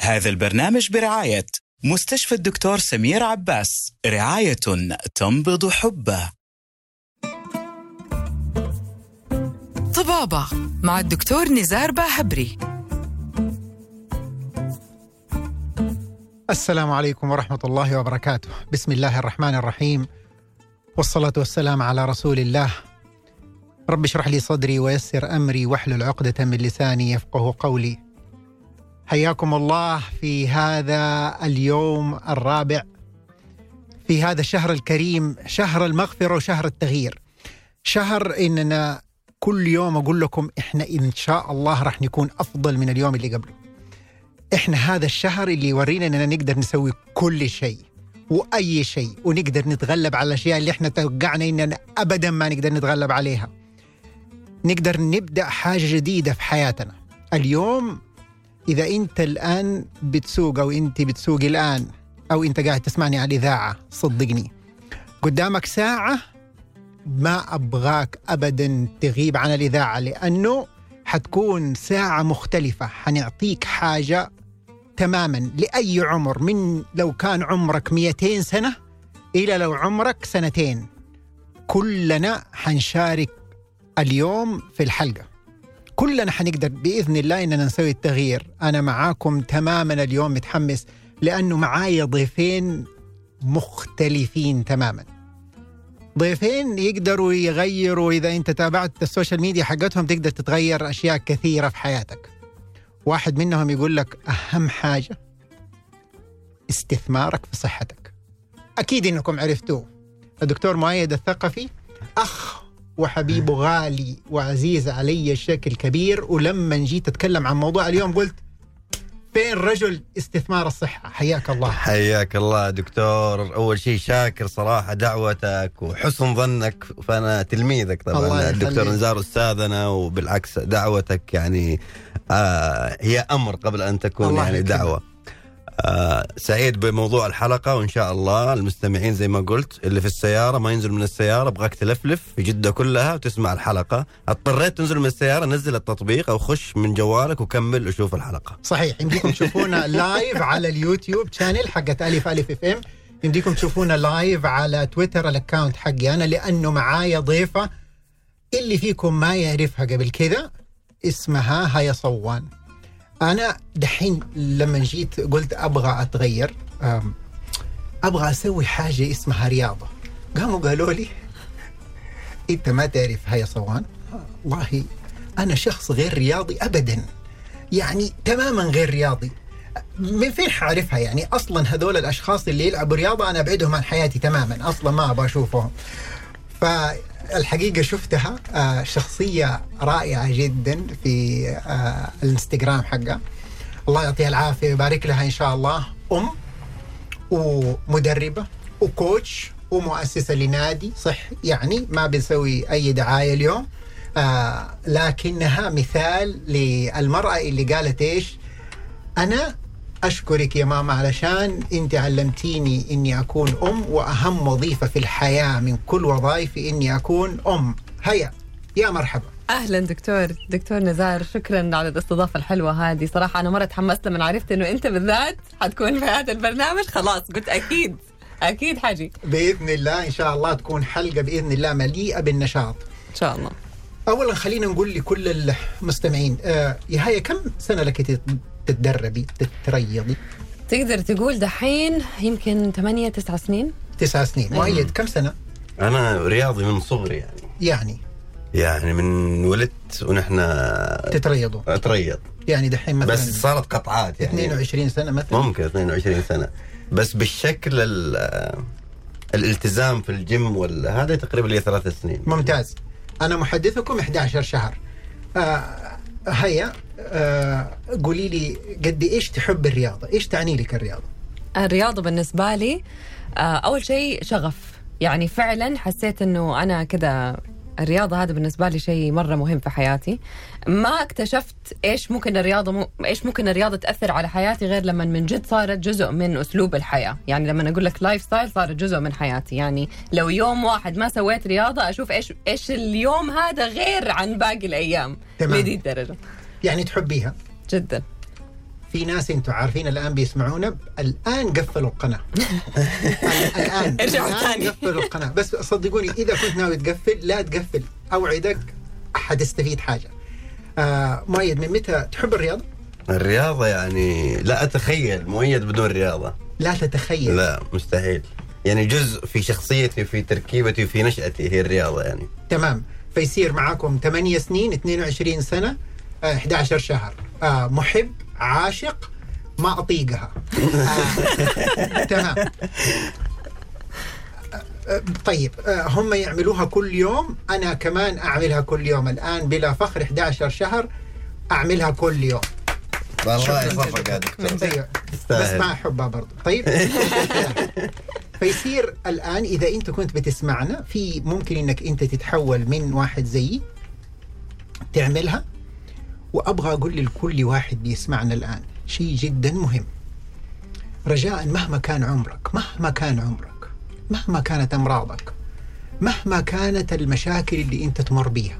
هذا البرنامج برعاية مستشفى الدكتور سمير عباس، رعاية تنبض حبه. طبابة مع الدكتور نزار باهبري. السلام عليكم ورحمة الله وبركاته. بسم الله الرحمن الرحيم، والصلاة والسلام على رسول الله. رب اشرح لي صدري ويسر أمري واحلل عقدة من لساني يفقه قولي. حياكم الله في هذا اليوم الرابع في هذا الشهر الكريم، شهر المغفرة وشهر التغيير، شهر إننا كل يوم أقول لكم إحنا إن شاء الله رح نكون أفضل من اليوم اللي قبله. إحنا هذا الشهر اللي يورينا إننا نقدر نسوي كل شيء وأي شيء، ونقدر نتغلب على الأشياء اللي إحنا توقعنا إننا أبدا ما نقدر نتغلب عليها. نقدر نبدأ حاجة جديدة في حياتنا اليوم. إذا أنت الآن بتسوق أو أنت بتسوقي الآن أو أنت قاعد تسمعني على الإذاعة، صدقني قدامك ساعة ما أبغاك أبدا تغيب عن الإذاعة، لأنه حتكون ساعة مختلفة. حنعطيك حاجة تماما لأي عمر، من لو كان عمرك 200 سنة إلى لو عمرك 2 سنين، كلنا حنشارك اليوم في الحلقة. كلنا حنقدر بإذن الله إننا نسوي التغيير. أنا معاكم تماما اليوم، متحمس لأنه معايا ضيفين مختلفين تماما، ضيفين يقدروا يغيروا. إذا أنت تابعت السوشيال ميديا حقتهم تقدر تتغير أشياء كثيرة في حياتك. واحد منهم يقول لك أهم حاجة استثمارك في صحتك. أكيد إنكم عرفتوه، الدكتور مؤيد الثقفي، أخ وحبيب غالي وعزيز علي الشكل كبير. ولما جيت أتكلم عن موضوع اليوم قلت فين رجل استثمار الصحة؟ حياك الله. حياك الله دكتور. أول شيء شاكر صراحة دعوتك وحسن ظنك، فأنا تلميذك طبعا. الدكتور نزار أستاذنا، وبالعكس دعوتك يعني هي أمر قبل أن تكون يعني دعوة. سعيد بموضوع الحلقة، وإن شاء الله المستمعين زي ما قلت اللي في السيارة ما ينزل من السيارة، أبغاك تلفلف في جدة كلها وتسمع الحلقة. اضطريت تنزل من السيارة، نزل التطبيق أو خش من جوالك وكمل وشوف الحلقة. صحيح، يمديكم تشوفونا لايف على اليوتيوب شانل حقت ألف اف ام، يمديكم تشوفونا لايف على تويتر الاكاونت حقي أنا، لأنه معايا ضيفة اللي فيكم ما يعرفها قبل كذا، اسمها هيا صوان. أنا دحين لما جيت قلت أبغى أتغير، أبغى أسوي حاجة اسمها رياضة. قالوا لي أنت ما تعرف هيا صوان؟ والله أنا شخص غير رياضي أبدا، يعني تماما غير رياضي. من فين حعرفها يعني؟ أصلا هذول الأشخاص اللي يلعبوا رياضة أنا أبعدهم عن حياتي تماما، أصلا ما أبغى أشوفهم. فالحقيقة شفتها شخصية رائعة جدا في الانستغرام حقها، الله يعطيها العافية ويبارك لها إن شاء الله. ومدربة وكوتش ومؤسسة لنادي صح، يعني ما بنسوي أي دعاية اليوم، لكنها مثال للمرأة اللي قالت إيش؟ أنا أشكرك يا ماما علشان أنت علمتيني إني أكون أم، وأهم وظيفة في الحياة من كل وظائفي إني أكون أم. هيا يا مرحبا. أهلا دكتور نزار، شكرا على الاستضافة الحلوة هذه. صراحة أنا مرة تحمست لما عرفت إنه أنت بالذات حتكون في هذا البرنامج، خلاص قلت أكيد حاجي بإذن الله. إن شاء الله تكون حلقة بإذن الله مليئة بالنشاط إن شاء الله. أولا خلينا نقول لكل المستمعين، يا هيا كم سنة لك تتدربي تتريضي؟ تقدر تقول دحين يمكن 8-9 سنين. 9 سنين. مؤيد كم سنة؟ أنا رياضي من صغري يعني من ولدت ونحن تتريضوا. أتريض يعني دحين مثلا، بس صارت قطعات يعني 22 سنة مثلا، ممكن 22 سنة، بس بالشكل الالتزام في الجيم هذا تقريبا لي 3 سنين. ممتاز. أنا محدثكم 11 شهر. هيا قولي لي قد إيش تحب الرياضة؟ إيش تعني لك الرياضة؟ الرياضة بالنسبة لي أول شيء شغف، يعني فعلا حسيت أنه أنا كده الرياضة هذا بالنسبة لي شيء مرة مهم في حياتي. ما اكتشفت إيش ممكن الرياضة تأثر على حياتي غير لما من جد صارت جزء من أسلوب الحياة. يعني لما أقول لك لايف ستايل صارت جزء من حياتي. يعني لو يوم واحد ما سويت رياضة أشوف إيش اليوم هذا غير عن باقي الأيام. تمام. لدي الدرجة يعني تحبيها جدا. في ناس انتم عارفين الآن بيسمعونا الآن قفلوا القناة. الآن ارجعوا ثاني قفلوا القناة. بس صدقوني إذا كنت ناوي تقفل لا تقفل، أوعدك حتستفيد حاجة. مؤيد، من متى تحب الرياضة؟ الرياضة يعني لا أتخيل مؤيد بدون رياضة. لا تتخيل؟ لا مستحيل، يعني جزء في شخصيتي وفي تركيبتي وفي نشأتي هي الرياضة يعني. تمام. فيصير معاكم 8 سنين 22 سنة 11 شهر، محب عاشق ما أطيقها. تمام. طيب هم يعملوها كل يوم، أنا كمان أعملها كل يوم الآن بلا فخر. 11 شهر أعملها كل يوم. والله يصفق يا دكتور. بس ما أحبها برضو. طيب. فيصير الآن إذا أنت كنت بتسمعنا في ممكن أنك أنت تتحول من واحد زيي تعملها. وأبغى أقول لكل واحد بيسمعنا الآن شيء جدا مهم. رجاء مهما كان عمرك، مهما كان عمرك، مهما كانت أمراضك، مهما كانت المشاكل اللي أنت تمر بيها،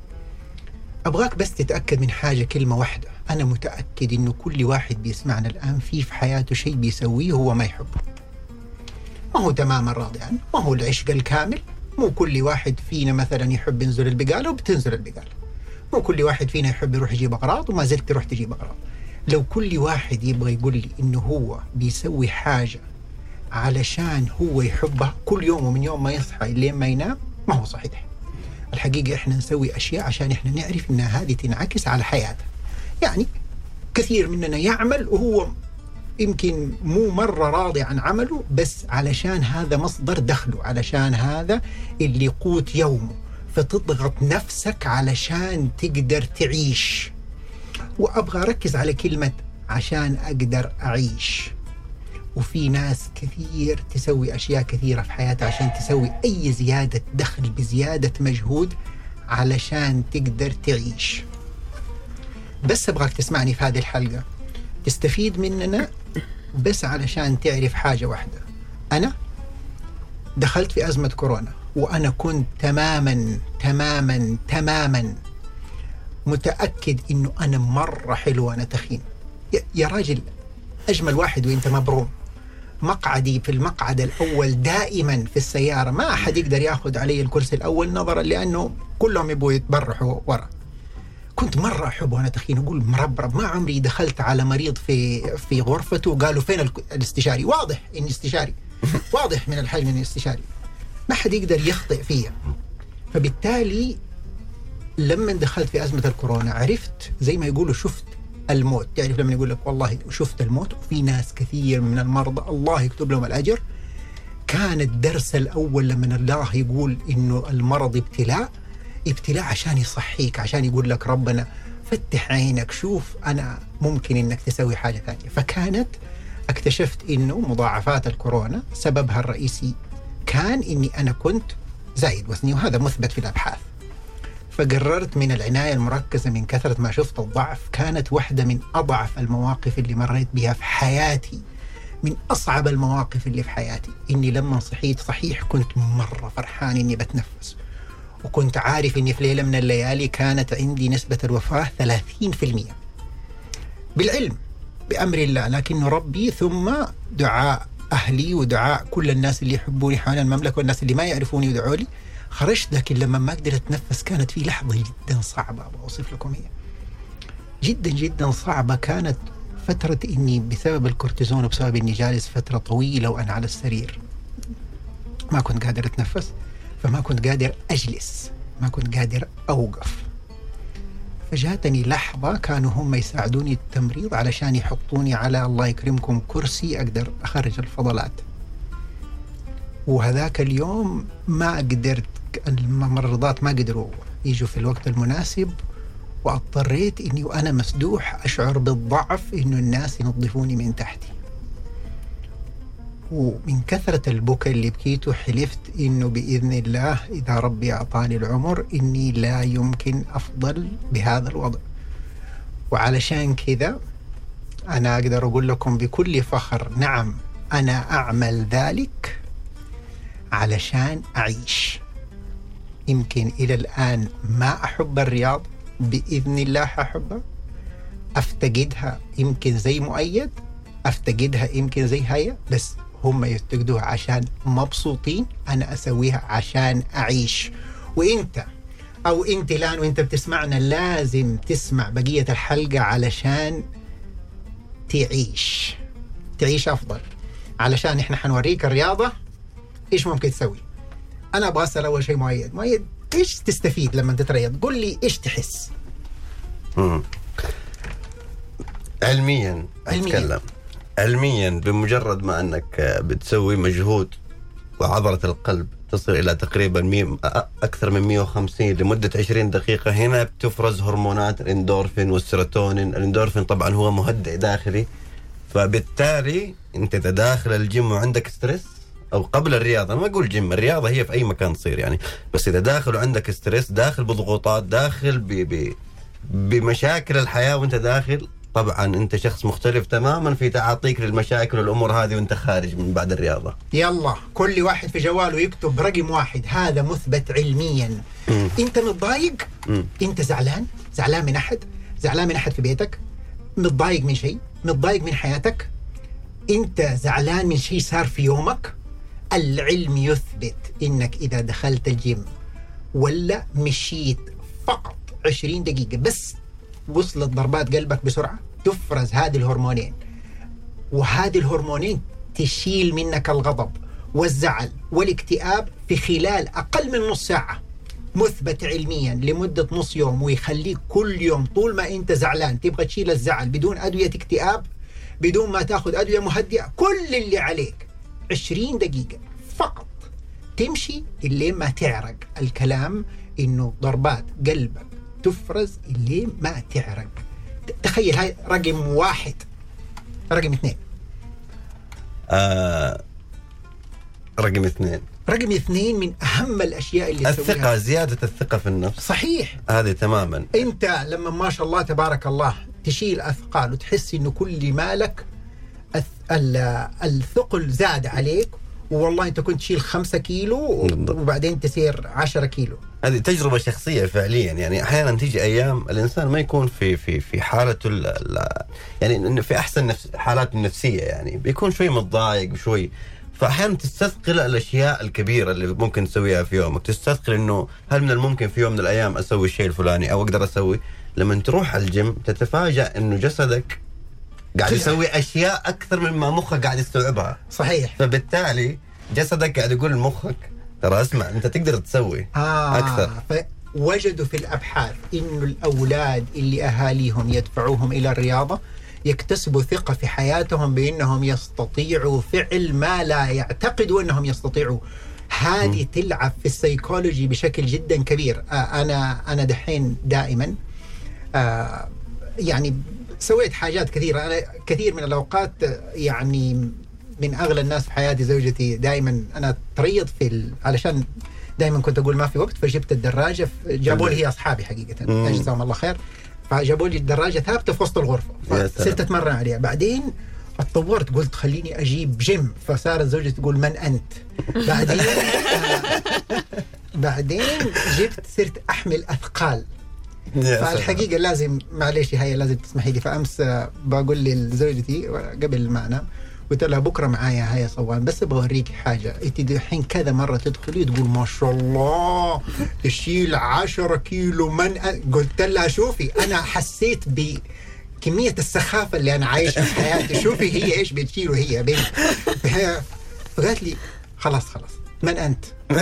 أبغاك بس تتأكد من حاجة، كلمة واحدة. أنا متأكد إنه كل واحد بيسمعنا الآن في حياته شيء بيسويه هو ما يحبه. ما هو تماما راضي عنه، ما هو العشق الكامل. مو كل واحد فينا مثلا يحب ينزل البقالة وبتنزل البقالة. مو كل واحد فينا يحب يروح يجيب أغراض وما زلت تروح تجيب أغراض. لو كل واحد يبغى يقول لي إنه هو بيسوي حاجة علشان هو يحبها كل يوم ومن يوم ما يصحى لين ما ينام، ما هو صحيح. الحقيقة إحنا نسوي أشياء عشان إحنا نعرف إن هذه تنعكس على حياته. يعني كثير مننا يعمل وهو يمكن مو مرة راضي عن عمله، بس علشان هذا مصدر دخله، علشان هذا اللي قوت يومه، فتضغط نفسك علشان تقدر تعيش. وأبغى أركز على كلمة عشان أقدر أعيش. وفي ناس كثير تسوي أشياء كثيرة في حياتها عشان تسوي أي زيادة دخل بزيادة مجهود علشان تقدر تعيش. بس أبغاك تسمعني في هذه الحلقة، تستفيد مننا بس علشان تعرف حاجة واحدة. أنا دخلت في أزمة كورونا وأنا كنت تماما تماما تماما متأكد إنه أنا مرة حلو وأنا تخين. يا راجل، أجمل واحد وإنت مبروم. مقعدي في المقعد الأول دائما في السيارة، ما أحد يقدر يأخذ علي الكرسي الأول نظرا لأنه كلهم يبغوا يتبرحوا ورا. كنت مرة أحب وأنا تخين، أقول مربرب. ما عمري دخلت على مريض في غرفته وقالوا فين الاستشاري. واضح إني استشاري، واضح من الحجم إني استشاري، ما حد يقدر يخطئ فيا. فبالتالي لما دخلت في أزمة الكورونا عرفت زي ما يقولوا شفت الموت. تعرف لما يقول لك والله شفت الموت. وفي ناس كثير من المرضى الله يكتب لهم الأجر. كان الدرس الأول لما الله يقول إنه المرض ابتلاء عشان يصحيك، عشان يقول لك ربنا فتح عينك، شوف أنا ممكن إنك تسوي حاجة ثانية. فكانت اكتشفت إنه مضاعفات الكورونا سببها الرئيسي كان إني أنا كنت زايد وزني، وهذا مثبت في الأبحاث. فقررت من العناية المركزة من كثرة ما شفت الضعف، كانت واحدة من أضعف المواقف اللي مريت بها في حياتي، من أصعب المواقف اللي في حياتي. إني لما صحيت صحيح كنت مرة فرحان إني بتنفس، وكنت عارف إني في ليلة من الليالي كانت عندي نسبة الوفاة 30%، بالعلم بأمر الله، لكن ربي ثم دعاء أهلي ودعاء كل الناس اللي يحبوني حول المملكة والناس اللي ما يعرفوني ودعوا لي، خرجت. لكن لما ما قدرت أتنفس كانت في لحظة جدا صعبة، أبغى أوصف لكم هي جدا جدا صعبة. كانت فترة إني بسبب الكورتيزون وبسبب إني جالس فترة طويلة وأنا على السرير ما كنت قادر أتنفس، فما كنت قادر أجلس، ما كنت قادر أوقف. فجاتني لحظة كانوا هم يساعدوني التمريض علشان يحطوني على الله يكرمكم كرسي أقدر أخرج الفضلات. وهذاك اليوم ما قدرت، الممرضات ما قدروا يجوا في الوقت المناسب، واضطريت إني وأنا مسدوح أشعر بالضعف إنه الناس ينظفوني من تحتي. ومن كثرة البكاء اللي بكيته حلفت إنه بإذن الله إذا ربي أعطاني العمر إني لا يمكن أفضل بهذا الوضع. وعلشان كذا أنا أقدر أقول لكم بكل فخر نعم أنا أعمل ذلك علشان أعيش. يمكن إلى الآن ما أحب الرياض، بإذن الله أحبها. أفتقدها يمكن زي مؤيد، أفتقدها يمكن زي هيا، بس هم يفتقدوها عشان مبسوطين، أنا أسويها عشان أعيش. وإنت أو إنت الآن وإنت بتسمعنا لازم تسمع بقية الحلقة علشان تعيش أفضل، علشان إحنا حنوريك الرياضة إيش ممكن تسوي. أنا أبغى أسأل أول شيء مؤيد إيش تستفيد لما تتريض؟ قل لي إيش تحس. علميا أتكلم علميا، بمجرد ما أنك بتسوي مجهود وعضلة القلب تصل إلى تقريبا أكثر من 150 لمدة 20 دقيقة، هنا بتفرز هرمونات الاندورفين والسيروتونين. الاندورفين طبعا هو مهدئ داخلي، فبالتالي أنت إذا داخل الجيم وعندك ستريس، أو قبل الرياضة، أنا ما أقول جيم، الرياضة هي في أي مكان تصير يعني، بس إذا داخل وعندك ستريس، داخل بضغوطات، داخل بمشاكل الحياة وأنت داخل، طبعا انت شخص مختلف تماما في تعاطيك للمشاكل والامور هذه وانت خارج من بعد الرياضه. يلا كل واحد في جواله يكتب رقم 1، هذا مثبت علميا. انت متضايق، انت زعلان من احد، زعلان من احد في بيتك، متضايق من شيء، متضايق من حياتك، انت زعلان من شيء صار في يومك. العلم يثبت انك اذا دخلت الجيم ولا مشيت فقط 20 دقيقه بس، وصلت ضربات قلبك بسرعة، تفرز هذه الهرمونين، وهذه الهرمونين تشيل منك الغضب والزعل والاكتئاب في خلال أقل من نص ساعة، مثبت علميا لمدة نص يوم، ويخليك كل يوم طول ما أنت زعلان تبغى تشيل الزعل بدون أدوية اكتئاب، بدون ما تأخذ أدوية مهدئة. كل اللي عليك 20 دقيقة فقط تمشي اللي ما تعرق. الكلام إنه ضربات قلبك تفرز اللي ما تعرق. تخيل، هاي رقم 1. رقم 2 رقم 2 من أهم الأشياء اللي الثقة تسويها. زيادة الثقة في النفس. صحيح، هذه تماما. أنت لما ما شاء الله تبارك الله تشيل أثقال وتحس إنه كل مالك الثقل زاد عليك، والله أنت كنت تشيل 5 كيلو وبعدين تصير 10 كيلو. هذه تجربة شخصية فعليا، يعني أحيانا تيجي أيام الإنسان ما يكون في حالته يعني في أحسن حالاته النفسية، يعني بيكون شوي متضايق شوي، فأحيانا تستثقل الأشياء الكبيرة اللي ممكن تسويها في يومك، تستثقل إنه هل من الممكن في يوم من الأيام أسوي الشيء الفلاني أو أقدر أسوي. لما تروح الجيم تتفاجأ إنه جسدك قاعد يسوي أشياء أكثر مما مخك قاعد يستوعبها. صحيح. فبالتالي جسدك قاعد يقول لمخك ترى اسمع أنت تقدر تسوي أكثر. فوجدوا في الأبحاث إنه الأولاد اللي أهاليهم يدفعوهم إلى الرياضة يكتسبوا ثقة في حياتهم بأنهم يستطيعوا فعل ما لا يعتقدوا أنهم يستطيعوا. هذه تلعب في السيكولوجي بشكل جدا كبير. أنا دحين دائما يعني سويت حاجات كثيرة. أنا كثير من الأوقات يعني من أغلى الناس في حياتي زوجتي، دائما أنا تريض علشان دائما كنت أقول ما في وقت، فجبت الدراجة، جابوا لي هي أصحابي حقيقة جزاهم الله خير، فجابوا لي الدراجة ثابتة في وسط الغرفة، فصرت أتمرن عليها. بعدين اتطورت، قلت خليني أجيب جيم، فصارت زوجتي تقول من أنت. بعدين صرت أحمل أثقال. فالحقيقة لازم، معليش هي لازم تسمحي لي، فأمس بقول لزوجتي قبل ما أنام، قلت لها بكرة معايا هيا صوان، بس بوريك حاجة، انت الحين كذا مرة تدخلي تقول ما شاء الله تشيل 10 كيلو قلت لها شوفي أنا حسيت بكمية السخافة اللي أنا عايشها في حياتي، شوفي هي إيش بتشيل وهي بنت. فقالت لي خلاص من أنت؟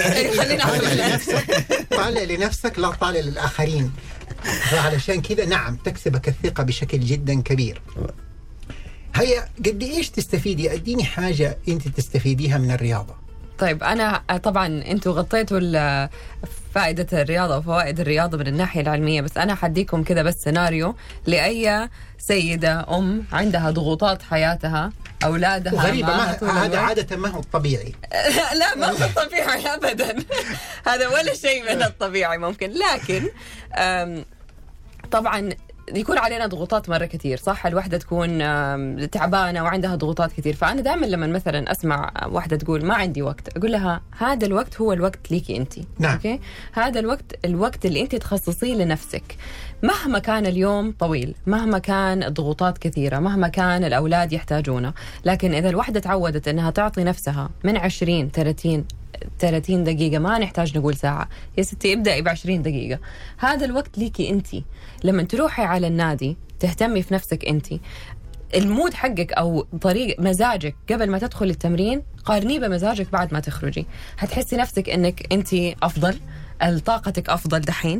طالع لنفسك لا طالع للآخرين. فعلشان كذا نعم تكسبك الثقة بشكل جدا كبير. هيا قد ايش تستفيدي؟ اديني حاجه انت تستفيديها من الرياضه. طيب انا طبعا انتوا غطيتوا فائده الرياضه وفوائد الرياضه من الناحيه العلميه، بس انا حديكم كذا بس سيناريو لاي سيده عندها ضغوطات حياتها، اولادها غريبه، هذا عاده ما هو الطبيعي. لا ما هو الطبيعي ابدا. هذا ولا شيء من الطبيعي ممكن، لكن طبعا يكون علينا ضغوطات مرة كثير، صح؟ الوحدة تكون تعبانة وعندها ضغوطات كثير، فأنا دائما لما مثلا أسمع واحدة تقول ما عندي وقت، أقول لها هذا الوقت هو الوقت ليكي أنت. نعم. أوكي؟ هذا الوقت اللي أنت تخصصيه لنفسك، مهما كان اليوم طويل، مهما كان الضغوطات كثيرة، مهما كان الأولاد يحتاجونه، لكن إذا الوحدة تعودت أنها تعطي نفسها من 20 30 دقيقة، ما نحتاج نقول ساعة، يا ستي ابدأي ب20 دقيقة، هذا الوقت ليكي أنت. لما تروحي على النادي تهتمي في نفسك أنت، المود حقك أو طريق مزاجك قبل ما تدخل التمرين قارنيه بمزاجك بعد ما تخرجي، هتحسي نفسك أنك أنت أفضل، طاقتك أفضل دحين،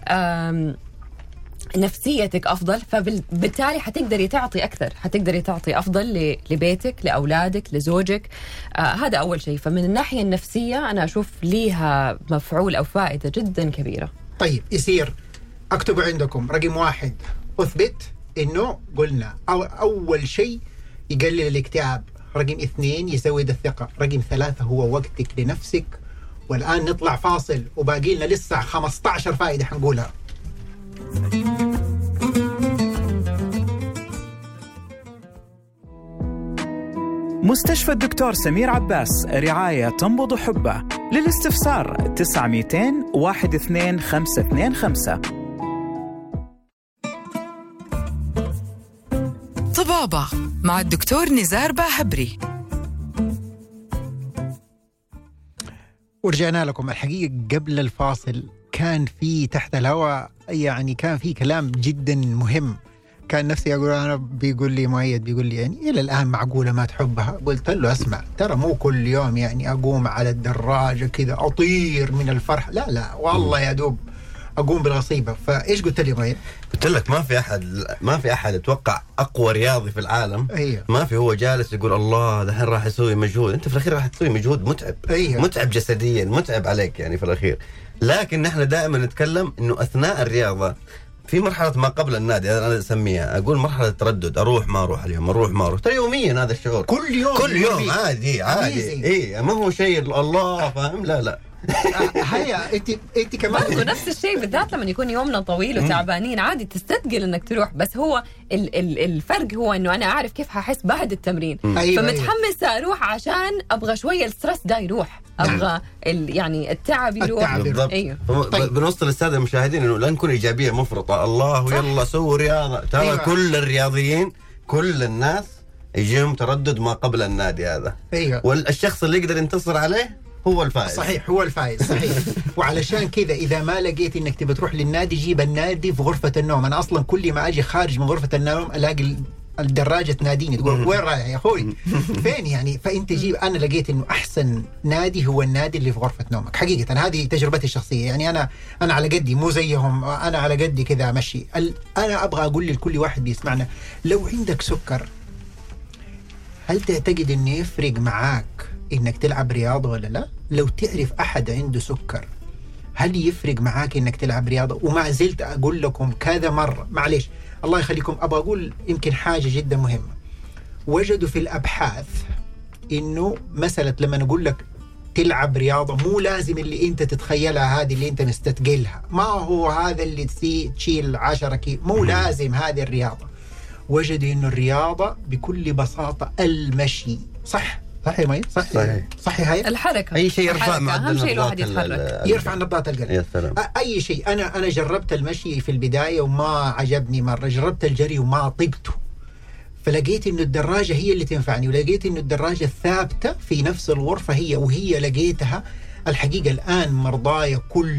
نفسيتك أفضل، فبالتالي حتقدري تعطي أكثر، حتقدري تعطي أفضل لبيتك، لأولادك، لزوجك. هذا أول شيء. فمن الناحية النفسية أنا أشوف ليها مفعول أو فائدة جدا كبيرة. طيب يصير أكتبوا عندكم رقم 1 أثبت إنه قلنا أول شيء يقلل الاكتئاب، رقم 2 يزود الثقة، رقم 3 هو وقتك لنفسك. والآن نطلع فاصل وباقي لنا لسه 15 فائدة حنقولها. مستشفى الدكتور سمير عباس، رعاية تنبض حبه. للاستفسار 900 12 525. طبابة مع الدكتور نزار باهبري. ورجعنا لكم. الحقيقة قبل الفاصل كان في تحت الهواء يعني كان في كلام جدا مهم، كان نفسي أقول أنا، بيقول لي مؤيد بيقول لي يعني إلى الآن معقولة ما تحبها؟ قلت له أسمع، ترى مو كل يوم يعني أقوم على الدراجة كذا أطير من الفرح، لا والله يا دوب أقوم بالغصيبة. فإيش قلت لي مؤيد؟ قلت لك ما في أحد يتوقع أقوى رياضي في العالم. أيوه. ما في هو جالس يقول الله دحين راح يسوي مجهود، أنت في الأخير راح تسوي مجهود متعب. أيوه. متعب جسديا، متعب عليك يعني في الأخير. لكن نحن دائما نتكلم إنه أثناء الرياضة في مرحلة ما قبل النادي، أنا أسميها أقول مرحلة تردد، أروح ما أروح اليوم، أروح ما أروح، ترى يوميا هذا الشعور، كل يوم عادي إيه، ما هو شيء الله فاهم. لا هيا انت كمان برضو نفس الشيء، بالذات لما يكون يومنا طويل وتعبانين عادي تستثقل انك تروح، بس هو الفرق هو انه انا اعرف كيف هحس بعد التمرين. أيوة فمتحمسه اروح عشان ابغى شويه الستريس ده يروح، ابغى يعني التعب يروح. بالضبط. ايوه. طيب. بنوصل للساده المشاهدين انه لا نكون ايجابيه مفرطه، الله يلا سووا رياضه، ترى أيوة. كل الرياضيين كل الناس يجيهم تردد ما قبل النادي هذا. ايوه. والشخص اللي يقدر ينتصر عليه هو الفائز. صحيح، هو الفائز صحيح. وعلشان كذا إذا ما لقيت إنك تبي تروح للنادي، جيب النادي في غرفة النوم. أنا أصلا كل ما أجي خارج من غرفة النوم ألاقي الدراجة تناديني تقول وين رايح يا أخوي فين يعني. فأنت جيب، أنا لقيت إنه أحسن نادي هو النادي اللي في غرفة نومك حقيقة. هذه تجربتي الشخصية يعني، أنا على قدي مو زيهم، أنا على قدي كذا أمشي. أنا أبغى أقول لكل واحد بيسمعنا، لو عندك سكر هل تعتقد إنه يفرق معاك إنك تلعب رياضة ولا لا؟ لو تعرف أحد عنده سكر هل يفرق معاك إنك تلعب رياضة؟ وما زلت أقول لكم كذا مرة، معليش الله يخليكم، أبغى أقول يمكن حاجة جدا مهمة. وجدوا في الأبحاث إنه مثلا لما نقول لك تلعب رياضة، مو لازم اللي أنت تتخيلها هذه اللي أنت مستثقلها، ما هو هذا اللي تشيل 10 كيلو، مو لازم هذه الرياضة. وجدوا إنه الرياضة بكل بساطة المشي. صح يا مي؟ صح هاي الحركة، اي شيء يرفع اهم شيء الواحد يتحرك، يرفع نبضات القلب. يا سلام. اي شيء. انا جربت المشي في البداية وما عجبني مرة، جربت الجري وما طقته، فلقيت انه الدراجة هي اللي تنفعني، ولقيت انه الدراجة الثابتة في نفس الغرفة وهي لقيتها. الحقيقة الآن مرضايا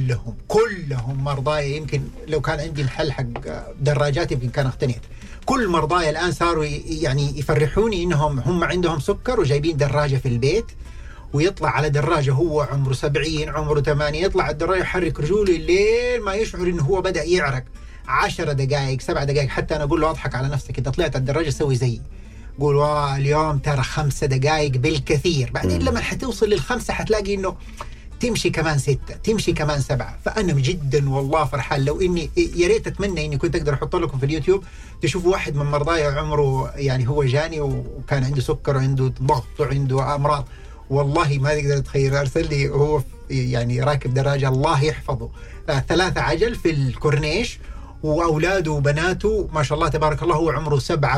كلهم مرضايا، يمكن لو كان عندي محل حق دراجات يمكن كان اقتنيت. كل مرضايا الآن صاروا يعني يفرحوني إنهم هم عندهم سكر وجايبين دراجة في البيت، ويطلع على دراجة هو عمره 70 عمره 80، يطلع على الدراجة يحرك رجوله الليل ما يشعر إنه هو بدأ يعرق. 10 دقائق 7 دقائق، حتى أنا أقول له أضحك على نفسك، إذا طلعت على الدراجة سوي زيي، قول اليوم ترى 5 دقائق بالكثير. بعدين لما حتوصل لل5 حتلاقي إنه تمشي كمان 6، تمشي كمان 7. فأنا جدا والله فرحان. لو إني يا ريت أتمنى إني كنت أقدر أحط لكم في اليوتيوب تشوفوا واحد من مرضاي عمره يعني هو جاني وكان عنده سكر وعنده ضغط وعنده أمراض، والله ما تقدر تتخيل. أرسل لي وهو يعني راكب دراجة الله يحفظه 3 عجل في الكورنيش، واولاده وبناته ما شاء الله تبارك الله، هو عمره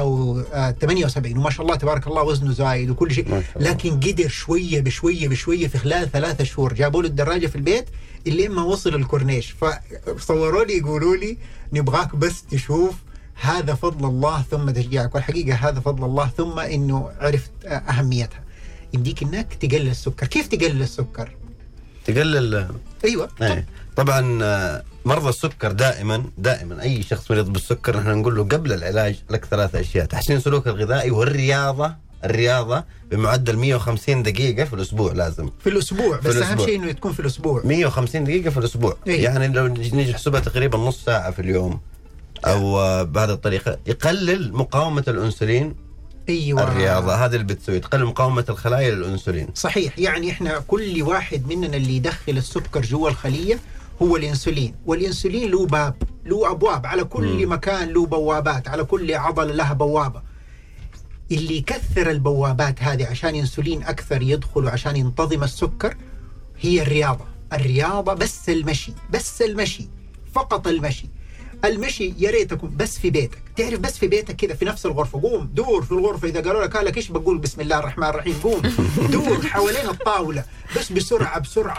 78 وما شاء الله تبارك الله وزنه زايد وكل شيء، لكن قدر شويه بشويه بشويه في خلال 3 شهور جابوا له الدراجه في البيت اللي ما وصل الكورنيش. فصوروا لي يقولوا لي نبغاك بس تشوف، هذا فضل الله ثم تشجيعك. والحقيقه هذا فضل الله ثم انه عرفت اهميتها. يمديك انك تقلل السكر. كيف تقلل السكر؟ تقلل ايوه طبعا مرضى السكر دائما اي شخص مريض بالسكر نحن نقول له قبل العلاج لك 3 أشياء: تحسين سلوك الغذائي، والرياضه بمعدل 150 دقيقه في الاسبوع. لازم في الاسبوع، بس اهم شيء انه تكون في الاسبوع 150 دقيقه في الاسبوع. يعني لو نيجي نحسبها تقريبا نص ساعه في اليوم او بهذه الطريقه يقلل مقاومه الانسولين. ايوه الرياضه هذه اللي بتسوي تقلل مقاومه الخلايا للانسولين. صحيح. يعني احنا كل واحد مننا اللي يدخل السكر جوا الخليه هو الانسولين، والانسولين له ابواب على كل مكان، له بوابات على كل عضله لها بوابه. اللي يكثر البوابات هذه عشان انسولين اكثر يدخل وعشان ينتظم السكر هي الرياضه. بس المشي فقط المشي يا ريت تكون بس في بيتك. تعرف بس في بيتك كذا في نفس الغرفه، قوم دور في الغرفه. اذا قالوا لك ايش بقول؟ بسم الله الرحمن الرحيم. قوم دور حوالين الطاوله بس بسرعه.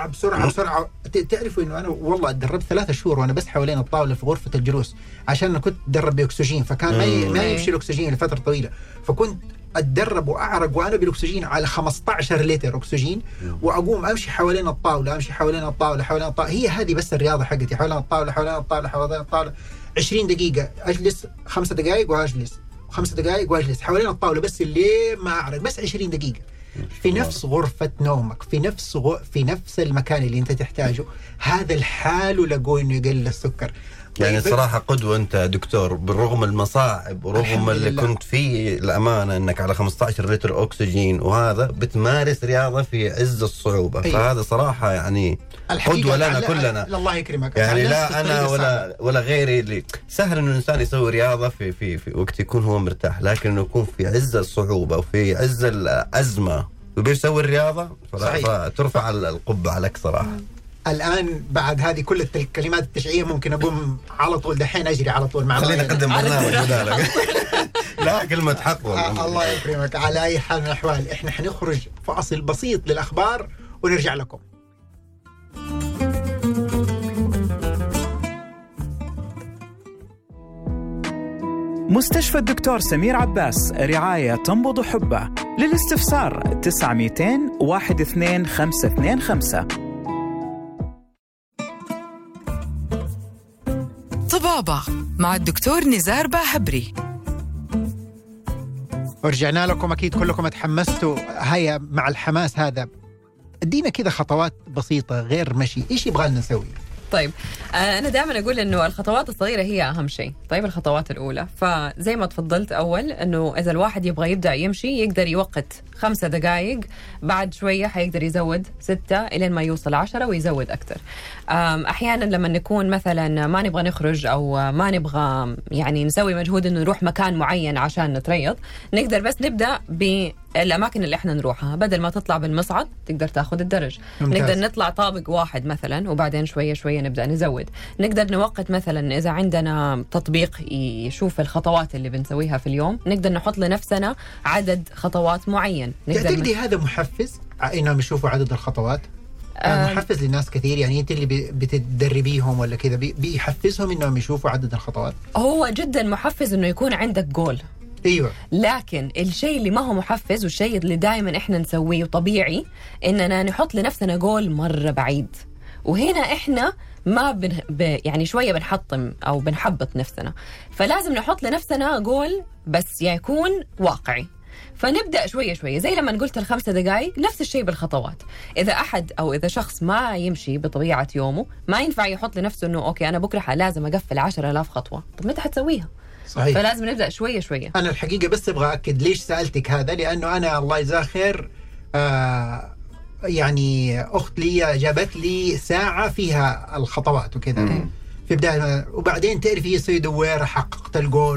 تعرفوا انه انا والله اتدربت 3 شهور وانا بس حوالين الطاوله في غرفه الجلوس، عشان انا كنت اتدرب باكسجين، فكان ما يمشي الاكسجين لفتره طويله، فكنت اتدرب واعرق وانا بالاكسجين على 15 لتر اكسجين، واقوم امشي حوالين الطاوله حوالين الطاوله. هي هذه بس الرياضه حقتي، حوالين الطاوله 20 دقيقه اجلس، 5 دقائق واجلس، 5 دقائق واجلس حوالين الطاوله بس اللي ما اعرق، بس 20 دقيقه في نفس غرفه نومك، في نفس المكان اللي انت تحتاجه. هذا الحال لقوا انه يقلل السكر. يعني صراحة قدوة أنت دكتور، بالرغم المصاعب ورغم اللي كنت فيه، الأمانة أنك على 15 لتر أكسجين وهذا بتمارس رياضة في عز الصعوبة. فهذا صراحة يعني قدوة لنا كلنا. الله يكرمك. يعني لا أنا ولا غيري اللي سهل أنه الإنسان يسوي رياضة في وقت يكون هو مرتاح، لكن أنه يكون في عز الصعوبة وفي عز الأزمة وبيسوي الرياضة فترفع القبعة لك صراحة. الآن بعد هذه كل الكلمات التشجيعية ممكن أقوم على طول دحين أجري على طول مع خلينا نقدم برنامج بدالك. لا كلمة حق والله. الله يكرمك. على أي حال من الأحوال إحنا حنخرج فاصل بسيط للأخبار ونرجع لكم. مستشفى الدكتور سمير عباس، رعاية تنبض حبه. للاستفسار 900 12 525. طبابة مع الدكتور نزار باهبري. ورجعنا لكم. أكيد كلكم تحمستوا. هيا مع الحماس هذا ادينا كذا خطوات بسيطة غير مشي، إيش يبغى لنا نسوي؟ طيب أنا دائما أقول إنه الخطوات الصغيرة هي أهم شيء. طيب الخطوات الأولى، فزي ما تفضلت أول إنه إذا الواحد يبغى يبدأ يمشي يقدر يوقت 5 دقائق، بعد شوية حيقدر يزود 6 إلى ما يوصل 10 ويزود أكتر. أحيانا لما نكون مثلا ما نبغى نخرج أو ما نبغى يعني نسوي مجهود إنه نروح مكان معين عشان نتريض، نقدر بس نبدأ بالأماكن اللي إحنا نروحها. بدل ما تطلع بالمصعد تقدر تاخذ الدرج. ممتاز. نقدر نطلع طابق واحد مثلا وبعدين شوية شوية نبدأ نزود. نقدر نوقت مثلا إذا عندنا تطبيق يشوف الخطوات اللي بنسويها في اليوم، نقدر نحط لنفسنا عدد خطوات معين. تعتقدي هذا محفز إنهم يشوفوا عدد الخطوات؟ محفز للناس كثير. يعني انت اللي بتدربيهم ولا كذا بيحفزهم انهم يشوفوا عدد الخطوات؟ هو جدا محفز انه يكون عندك جول. ايوه. لكن الشيء اللي ما هو محفز والشيء اللي دائما احنا نسويه طبيعي اننا نحط لنفسنا جول مره بعيد، وهنا احنا ما يعني شويه بنحطم او بنحبط نفسنا. فلازم نحط لنفسنا جول بس يكون واقعي. فنبدأ شوية شوية زي لما قلت 5 دقائق، نفس الشيء بالخطوات. إذا أحد أو إذا شخص ما يمشي بطبيعة يومه ما ينفع يحط لنفسه إنه أوكي أنا بكرة لازم أقفل 10,000 خطوة. طب متى حتسويها؟ صحيح. فلازم نبدأ شوية شوية. أنا الحقيقة بس أبغى أكد ليش سألتك هذا، لأنه أنا الله يجزاه خير يعني أخت لي جابت لي ساعة فيها الخطوات وكذا. في بداية، وبعدين تعرفي يصير دويرة حققت الجول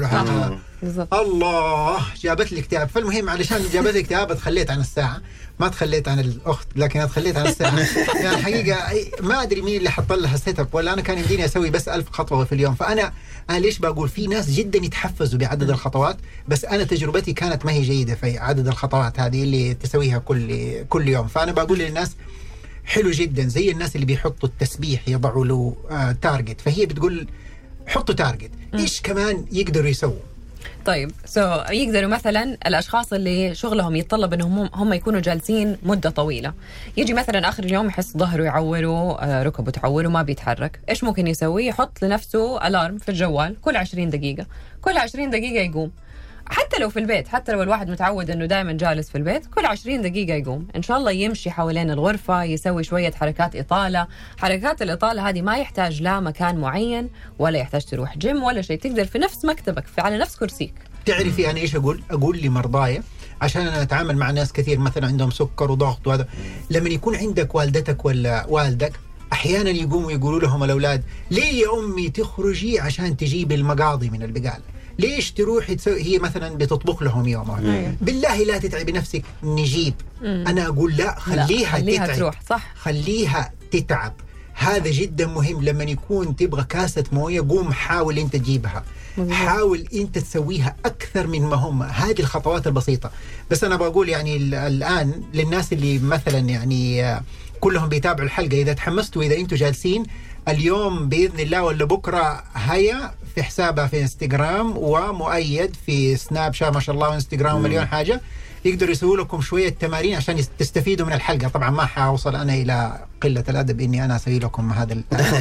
الله جابت لي كتاب. فالمهم علشان جابت لي كتاب تخليت عن الساعة، ما تخليت عن الأخت لكن تخليت عن الساعة. يعني حقيقة ما أدري مين اللي حط لها سيت اب، ولا أنا كان يمديني أسوي بس 1000 خطوة في اليوم. فأنا ليش بقول في ناس جدا يتحفزوا بعدد الخطوات، بس أنا تجربتي كانت ما هي جيدة في عدد الخطوات هذه اللي تسويها كل يوم. فأنا بقول للناس حلو جدا، زي الناس اللي بيحطوا التسبيح يضعوا له تارجت، فهي بتقول حطوا تارجت، إيش كمان يقدروا يسووا. طيب يقدروا مثلا الاشخاص اللي شغلهم يتطلب انهم هم يكونوا جالسين مده طويله، يجي مثلا اخر اليوم يحس ظهره يعور ركبه تعور وما بيتحرك، ايش ممكن يسوي؟ يحط لنفسه الارم في الجوال كل 20 دقيقه، كل 20 دقيقه يقوم. حتى لو في البيت، حتى لو الواحد متعود انه دائما جالس في البيت، كل 20 دقيقه يقوم ان شاء الله، يمشي حوالين الغرفه، يسوي شويه حركات اطاله. حركات الاطاله هذه ما يحتاج لا مكان معين، ولا يحتاج تروح جيم ولا شيء، تقدر في نفس مكتبك، على نفس كرسيك. تعرفي انا ايش اقول لمرضاي، عشان انا اتعامل مع ناس كثير مثلا عندهم سكر وضغط وهذا، لما يكون عندك والدتك ولا والدك احيانا يقوموا يقولوا لهم الاولاد ليه يا امي تخرجي عشان تجيب المقاضي من البقاله، ليش تروحي تسوي، هي مثلا بتطبخ لهم يوم بالله لا تتعبي نفسك نجيب. انا اقول لا، خليها تتعب، تروح صح، خليها تتعب. هذا جدا مهم. لما يكون تبغى كاسة موية قوم حاول انت تجيبها، حاول انت تسويها اكثر من ما هم. هذه الخطوات البسيطة. بس انا بقول يعني الان للناس اللي مثلا يعني كلهم بيتابعوا الحلقة، اذا تحمستوا، اذا انتوا جالسين اليوم بإذن الله ولا بكرة، هيا في حسابها في انستغرام ومؤيد في سناب شات ما شاء الله وانستغرام ومليون حاجة، يقدروا يسووا لكم شوية تمارين عشان تستفيدوا من الحلقة. طبعا ما حاوصل أنا إلى قلة الأدب إني أنا أسوي لكم هذا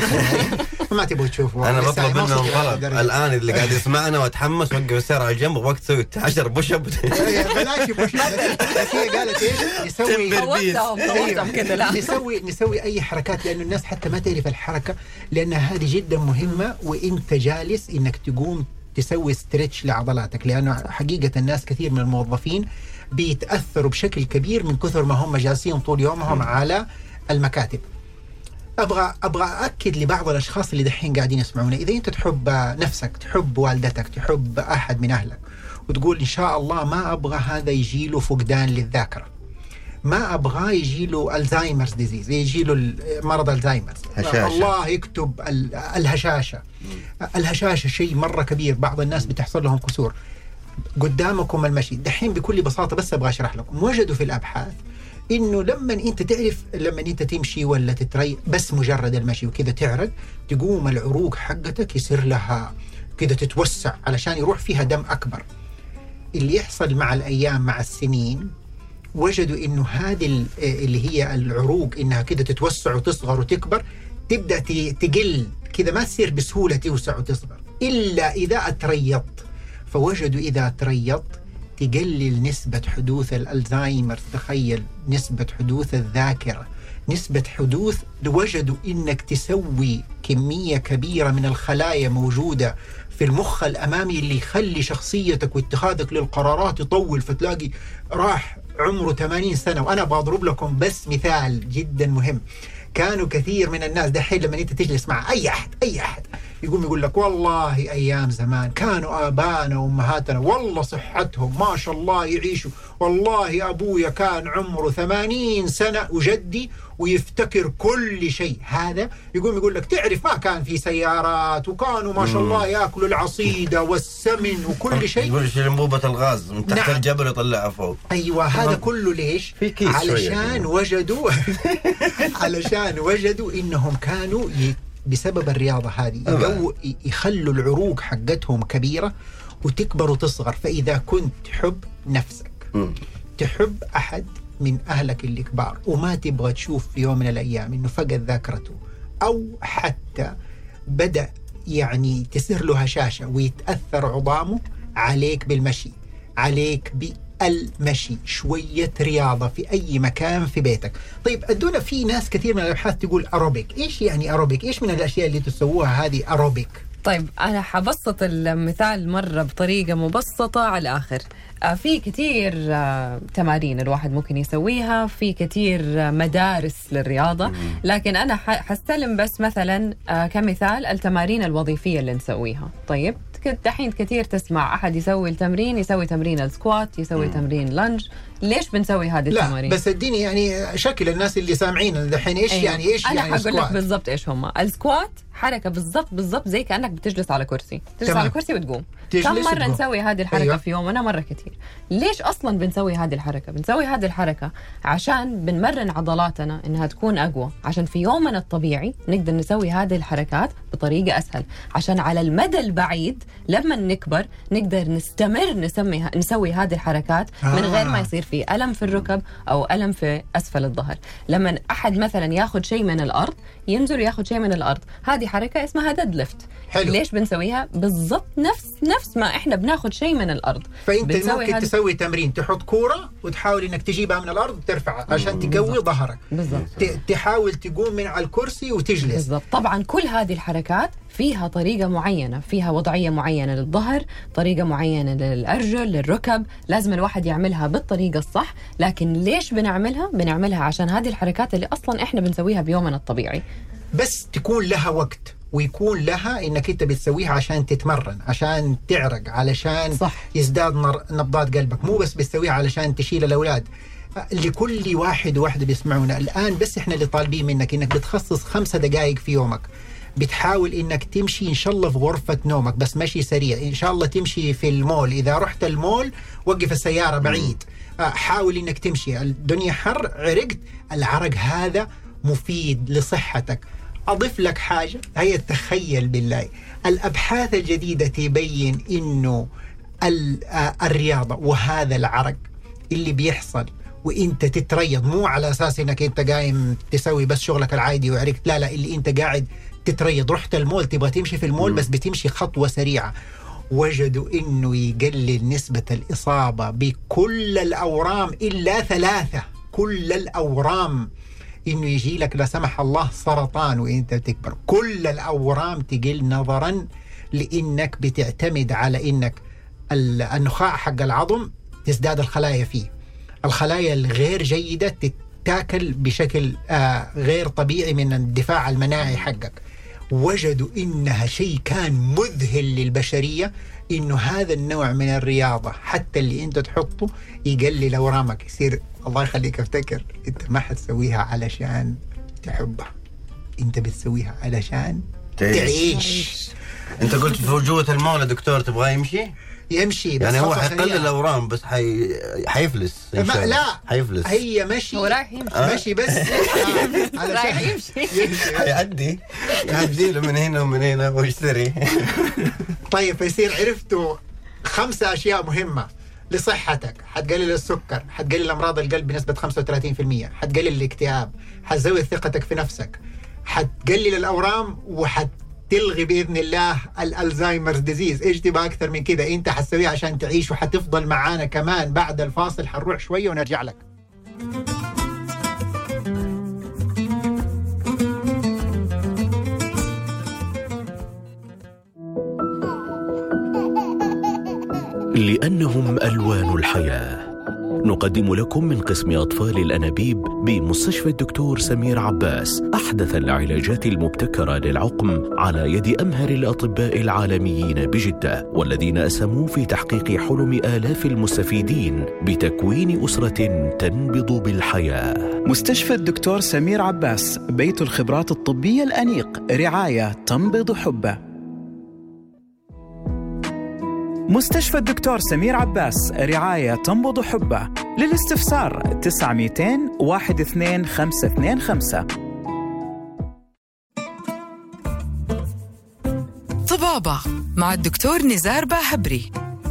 ما تبغوا تشوفوا. أنا بطلب منهم طلب الآن اللي قاعد يسمعنا وتحمس، وقف السيارة على الجنب وقت تسوي 10 بوش اب. بلاش بوش اب، بس هي قالت إيش نسوي أي حركات، لأنه الناس حتى ما تعرف الحركة، لأن هذه جدا مهمة. وإنت جالس إنك تقوم تسوي ستريتش لعضلاتك، لأنه حقيقة الناس كثير من الموظفين بيتأثروا بشكل كبير من كثر ما هم جالسين طول يومهم على المكاتب. أبغى أأكد لبعض الأشخاص اللي دحين قاعدين يسمعونا، إذا أنت تحب نفسك، تحب والدتك، تحب أحد من أهلك، وتقول إن شاء الله ما أبغى هذا يجيله فقدان للذاكرة، ما أبغاه يجيله الزهايمرز ديزيز، يجيله مرض الزهايمرز، الله يكتب الهشاشة. الهشاشة شيء مرة كبير، بعض الناس بتحصل لهم كسور. قدامكم المشي دحين بكل بساطة، بس أبغى أشرح لكم. وجدوا في الأبحاث إنه لما أنت تعرف، لما أنت تمشي ولا تتري، بس مجرد المشي وكذا تعرق، تقوم العروق حقتك يصير لها كذا تتوسع علشان يروح فيها دم أكبر. اللي يحصل مع الأيام مع السنين، وجدوا إنه هذه اللي هي العروق إنها كده تتوسع وتصغر وتكبر، تبدأ تقل كده، ما تصير بسهولة توسع وتصغر إلا إذا أتريضت. فوجدوا إذا أتريضت تقلل نسبة حدوث الألزهايمر. تخيل نسبة حدوث الذاكرة، نسبة حدوث. وجدوا إنك تسوي كمية كبيرة من الخلايا موجودة في المخ الأمامي اللي يخلي شخصيتك واتخاذك للقرارات يطول، فتلاقي راح عمره 80 سنة. وأنا بضرب لكم بس مثال جدا مهم. كانوا كثير من الناس دحين لما أنت تجلس مع أي أحد يقول لك والله أيام زمان كانوا آبانا وأمهاتنا والله صحتهم ما شاء الله يعيشوا، والله أبويا كان عمره 80 سنة وجدي ويفتكر كل شيء. هذا يقول لك تعرف ما كان في سيارات، وكانوا ما شاء الله يأكلوا العصيدة والسمن وكل شيء. يقول لي أنبوبة الغاز من تحت الجبل يطلعها فوق. أيوة هذا كله ليش؟ علشان وجدوا إنهم كانوا بسبب الرياضة هذه يخلوا العروق حقتهم كبيرة وتكبر وتصغر. فإذا كنت تحب نفسك، تحب أحد من أهلك اللي كبار، وما تبغى تشوف في يوم من الأيام إنه فقد ذاكرته، أو حتى بدأ يعني تصير له هشاشة ويتأثر عظامه، عليك بالمشي، عليك المشي، شوية رياضة في أي مكان في بيتك. طيب أدونا، في ناس كثير من الأبحاث تقول أروبيك. إيش يعني أروبيك؟ إيش من الأشياء اللي تسووها هذه أروبيك؟ طيب أنا حبسط المثال مرة بطريقة مبسطة على الآخر. في كتير تمارين الواحد ممكن يسويها، في كتير مدارس للرياضة، لكن أنا حستلم بس مثلا كمثال التمارين الوظيفية اللي نسويها. طيب دحين كتير تسمع أحد يسوي التمرين، يسوي تمرين السكوات، يسوي تمرين لانج. ليش بنسوي هذه التمارين؟ لا بس اديني يعني شكل الناس اللي سامعين دحين ايش يعني ايش أنا يعني حقول لك بالضبط ايش هم. السكوات حركة بالضبط زي كأنك بتجلس على كرسي، تجلس على كرسي وتقوم. كم مرة نسوي هذه الحركة؟ أيوة. في يومنا مرة كتير. ليش أصلا بنسوي هذه الحركة؟ بنسوي هذه الحركة عشان بنمرن عضلاتنا إنها تكون أقوى، عشان في يومنا الطبيعي نقدر نسوي هذه الحركات بطريقة أسهل، عشان على المدى البعيد لما نكبر نقدر نستمر نسوي هذه الحركات من غير ما يصير في ألم في الركب أو ألم في أسفل الظهر. لما أحد مثلا ياخد شيء من الأرض، ينزل وياخد شيء من الأرض، هذه حركة اسمها ديد ليفت. حلو. ليش بنسويها؟ بالضبط نفس ما احنا بناخد شيء من الأرض. فأنت ممكن تسوي تمرين، تحط كورة وتحاول إنك تجيبها من الأرض وترفعها عشان تقوي ظهرك. بالضبط. تحاول تقوم من على الكرسي وتجلس. بالضبط. طبعا كل هذه الحركات فيها طريقة معينة، فيها وضعية معينة للظهر، طريقة معينة للأرجل، للركب، لازم الواحد يعملها بالطريقة الصح. لكن ليش بنعملها؟ بنعملها عشان هذه الحركات اللي أصلا إحنا بنسويها بيومنا الطبيعي، بس تكون لها وقت، ويكون لها إنك أنت بتسويها عشان تتمرن، عشان تعرق، علشان صح. يزداد نبضات قلبك، مو بس بتسويها علشان تشيل الأولاد. لكل واحد وواحدة بيسمعونا الآن، بس إحنا اللي طالبين منك إنك بتخصص 5 دقائق في يومك، بتحاول إنك تمشي إن شاء الله في غرفة نومك، بس مشي سريع. إن شاء الله تمشي في المول، إذا رحت المول وقف السيارة بعيد، حاول إنك تمشي. الدنيا حر، عرقت، العرق هذا مفيد لصحتك. أضيف لك حاجة، هي تخيل بالله الأبحاث الجديدة تبين إنه الرياضة وهذا العرق اللي بيحصل وإنت تتريض، مو على أساس إنك أنت قايم تسوي بس شغلك العادي وعرقت، لا اللي أنت قاعد تتريض، رحت المول تبغى تمشي في المول بس بتمشي خطوة سريعة، وجدوا إنه يقلل نسبة الإصابة بكل الأورام إلا 3. كل الأورام، إنه يجي لك لا سمح الله سرطان وإنت تكبر، كل الأورام تقل نظرا لإنك بتعتمد على إنك النخاع حق العظم تزداد الخلايا فيه، الخلايا الغير جيدة تتاكل بشكل غير طبيعي من الدفاع المناعي حقك. وجدوا إنها شيء كان مذهل للبشرية، إنه هذا النوع من الرياضة حتى اللي أنت تحطه يقلل أورامك، يصير الله يخليك افتكر أنت ما حتسويها علشان تحبها، أنت بتسويها علشان تعيش. أنت قلت في وجوه المولى دكتور تبغى يمشي بس يعني هو حيقلل الأورام بس حيفلس لا حيفلس، هي مشي، هو رايح يمشي ماشي بس رايح يمشي حيعدي له من هنا ومن هنا ويشتري. طيب فيصير عرفتوا 5 أشياء مهمة لصحتك، حتقلل السكر، حتقلل أمراض القلب بنسبة 35%، حتقلل الاكتئاب، حتزود ثقتك في نفسك، حتقلل الأورام، تلغي بإذن الله الألزايمرز ديزيز. إيش تبغى أكثر من كده؟ أنت حتسويها عشان تعيش، وحتفضل معانا كمان. بعد الفاصل حنروح شوية ونرجع لك. لأنهم ألوان الحياة، نقدم لكم من قسم أطفال الأنابيب بمستشفى الدكتور سمير عباس أحدث العلاجات المبتكرة للعقم على يد أمهر الأطباء العالميين بجدة، والذين أسهموا في تحقيق حلم آلاف المستفيدين بتكوين أسرة تنبض بالحياة. مستشفى الدكتور سمير عباس، بيت الخبرات الطبية الأنيق، رعاية تنبض حبه. مستشفى الدكتور سمير عباس، رعاية تنبض حبه. للاستفسار 900-12-525. طبابة مع الدكتور نزار باهبري.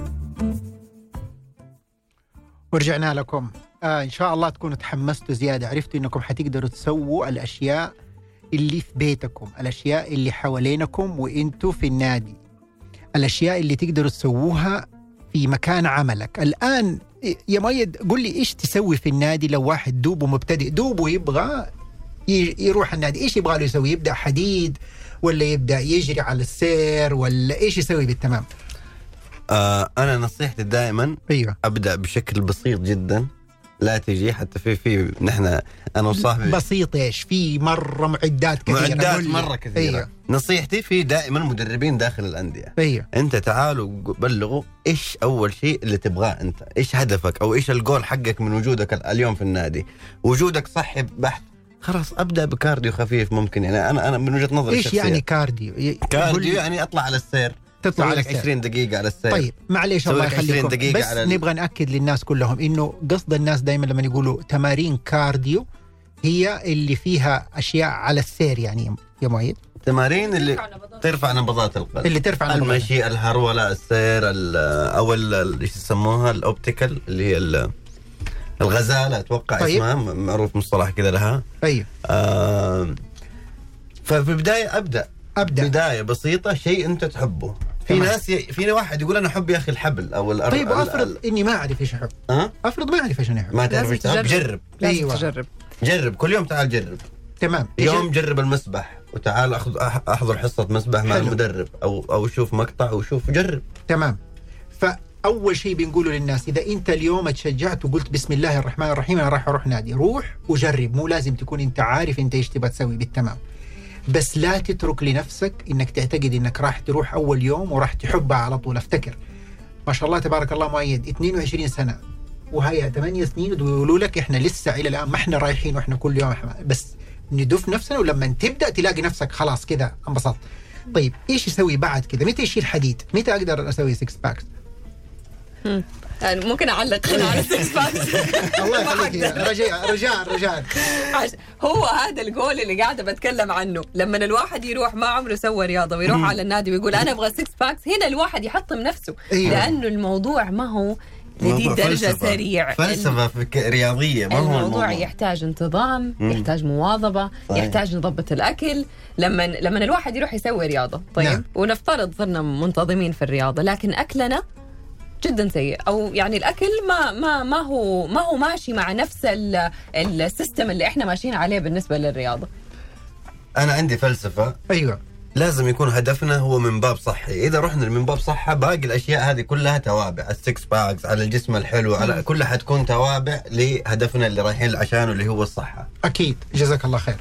ورجعنا لكم. إن شاء الله تكونوا تحمستوا زيادة، عرفتوا إنكم حتقدروا تسووا الأشياء اللي في بيتكم، الأشياء اللي حوالينكم وإنتوا في النادي، الأشياء اللي تقدروا تسووها في مكان عملك. الآن يا مؤيد قل لي إيش تسوي في النادي لو واحد دوبه مبتدئ، دوبه يبغى يروح النادي، إيش يبغى له يسوي؟ يبدأ حديد ولا يبدأ يجري على السير ولا إيش يسوي بالتمام؟ أنا نصيحتي دائما ايوه أبدأ بشكل بسيط جدا، لا تجي حتى في نحن أنا وصاحبي بسيط ايش في مره معدات كثيره، معدات قول لي. مرة كثيرة. ايوه نصيحتي في دائما مدربين داخل الأندية، ايوه أنت تعالوا بلغوا إيش أول شيء اللي تبغاه أنت، إيش هدفك أو إيش الجول حقك من وجودك اليوم في النادي. وجودك صحي بحت، خلاص أبدأ بكارديو خفيف ممكن. يعني أنا من وجهة نظري ايش يعني كارديو؟ كارديو يعني أطلع على السير، تطلع على لك السير 20 دقيقة على السير. طيب معليش الله يخليكم، بس نبغى نأكد للناس كلهم إنه قصد الناس دائما لما يقولوا تمارين كارديو هي اللي فيها أشياء على السير، يعني يا مؤيد تمارين اللي ترفع نبضات القلب، اللي ترفع المشي، الهرولة، السير، أو ايش يسموها الأوبتيكال اللي هي الغزالة أتوقع. طيب. اسمها معروف مصطلح كذا لها. أيوه. ففي البداية أبدأ بداية بسيطة، شيء أنت تحبه. في ناس في واحد يقول أنا أحب يا أخي الحبل أو طيب أفرض إني ما أعرف إيش أحب. أفرض ما أعرف إيش أنا أحب. ما تعرف إيش تحب، جرب. أيوة. جرب كل يوم، تعال جرب. تمام. يوم جرب المسبح وتعال أحضر حصة مسبح مع المدرب أو شوف مقطع وشوف جرب. تمام. فأول شيء بنقوله للناس، إذا أنت اليوم تشجعت وقلت بسم الله الرحمن الرحيم أنا راح أروح نادي، روح وجرب. مو لازم تكون أنت عارف أنت إيش تبغى تسوي بالتمام، بس لا تترك لنفسك إنك تعتقد إنك راح تروح أول يوم وراح تحبها على طول. افتكر ما شاء الله تبارك الله مؤيد 22 سنة وهي 8 سنين ويقولوا لك إحنا لسه إلى الآن ما إحنا رايحين وإحنا كل يوم بس ندف نفسنا، ولما تبدأ تلاقي نفسك خلاص كذا انبسطت. طيب إيش يسوي بعد كذا؟ متى يشيل حديد؟ متى أقدر أسوي 6 باكس؟ يعني ممكن أعلق هنا على 6 باكس. الله يخليك. رجاء هو هذا الجول اللي قاعدة بتكلم عنه. لما الواحد يروح ما عمره سوى رياضة ويروح على النادي ويقول أنا أبغى 6 باكس، هنا الواحد يحطم نفسه. أيوة. لأنه الموضوع ما هو لدي درجة سريع، فلسفة رياضية. ما هو الموضوع يحتاج انتظام، يحتاج مواظبة، يحتاج نضبط الأكل. لما الواحد يروح يسوي رياضة، طيب نعم. ونفترض صرنا منتظمين في الرياضة لكن أكلنا جدا سيء، او يعني الاكل ما هو ماشي مع نفس السيستم اللي احنا ماشيين عليه بالنسبه للرياضه. انا عندي فلسفه. ايوه. لازم يكون هدفنا هو من باب صحي. اذا رحنا من باب صحه باقي الاشياء هذه كلها توابع، السكس باكس على الجسم الحلو على كلها حتكون توابع لهدفنا اللي رايحين عشانه اللي هو الصحه. اكيد. جزاك الله خير.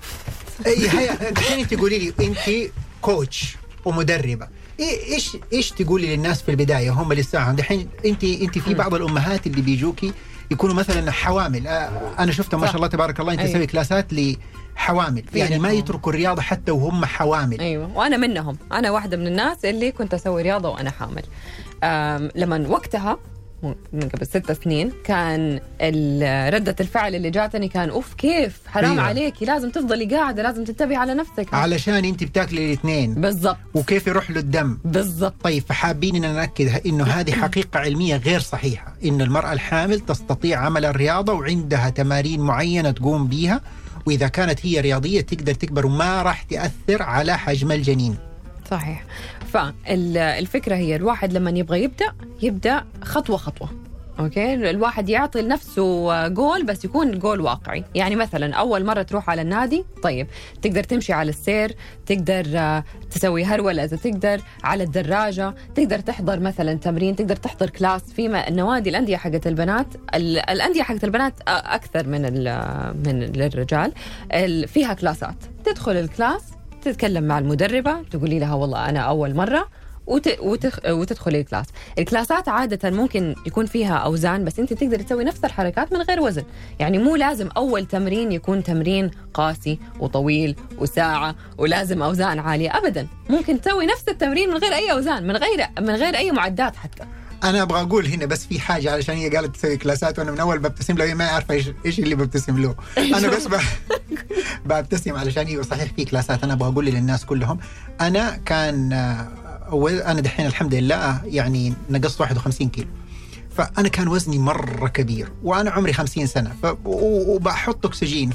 هيا الحين تقولي لي انت كوتش ومدربه، ايش تقولي للناس في البدايه هم لسه الحين انت في بعض الامهات اللي بيجوكي يكونوا مثلا حوامل، انا شفتها ما شاء الله تبارك الله انت تسوي أيوة. كلاسات لحوامل، يعني ما يتركوا الرياضه حتى وهم حوامل. ايوه وانا منهم، انا واحده من الناس اللي كنت اسوي رياضه وانا حامل. لما وقتها من قبل 6 سنين كان ردة الفعل اللي جاتني كان اوف كيف حرام أيوة. عليكي لازم تفضلي قاعدة، لازم تنتبهي على نفسك علشان انت بتاكلي الاثنين بالضبط، وكيف يروح له الدم بالضبط. طيب فحابين ان نأكد انه هذه حقيقة علمية غير صحيحة، ان المرأة الحامل تستطيع عمل الرياضة وعندها تمارين معينة تقوم بيها، واذا كانت هي رياضية تقدر تكبر وما راح تأثر على حجم الجنين. صحيح. فالفكرة هي الواحد لما يبغى يبدأ خطوة خطوة. أوكي، الواحد يعطي لنفسه جول بس يكون الجول واقعي. يعني مثلا أول مرة تروح على النادي، طيب تقدر تمشي على السير، تقدر تسوي هرولة إذا تقدر، على الدراجة، تقدر تحضر مثلا تمرين، تقدر تحضر كلاس في النوادي. الأندية حقت البنات، الأندية حقت البنات أكثر من الرجال، فيها كلاسات. تدخل الكلاس تتكلم مع المدربة، تقولي لها والله أنا أول مرة وتدخلي الكلاس. الكلاسات عادة ممكن يكون فيها أوزان، بس أنت تقدر تسوي نفس الحركات من غير وزن. يعني مو لازم أول تمرين يكون تمرين قاسي وطويل وساعة ولازم أوزان عالية أبدا. ممكن تسوي نفس التمرين من غير أي أوزان، من غير أي معدات حتى. أنا أبغى أقول هنا بس في حاجة، علشان هي قالت تسوي كلاسات وأنا من أول ببتسم له، ما أعرف إيش اللي ببتسم له. أنا بس ببتسم علشان هي صحيح في كلاسات. أنا أبغى أقول للناس كلهم، أنا كان أنا دحين الحمد لله يعني نقصت 51 كيلو، فأنا كان وزني مرة كبير وأنا عمري 50 سنة وبحط أكسجين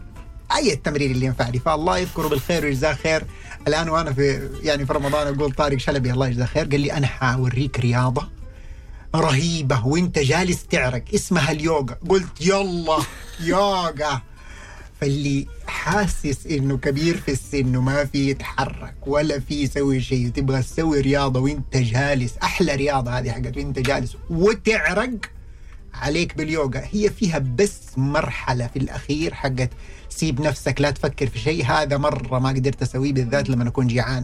أي التمرين اللي ينفعني. فالله يذكره بالخير ويجزاه خير. الآن وأنا في رمضان أقول طارق شلبي الله يجزاه خير، قال لي أنا حاوريك رياضة رهيبة وانت جالس تعرق اسمها اليوغا. قلت يلا يوغا. فاللي حاسس إنه كبير في السن وما في يتحرك ولا في يسوي شيء، تبغى تسوي رياضة وإنت جالس، أحلى رياضة هذه حقت وإنت جالس وتعرق، عليك باليوغا. هي فيها بس مرحلة في الأخير حقت سيب نفسك لا تفكر في شيء. هذا مرة ما قدرت أسويه بالذات لما أكون جيعان،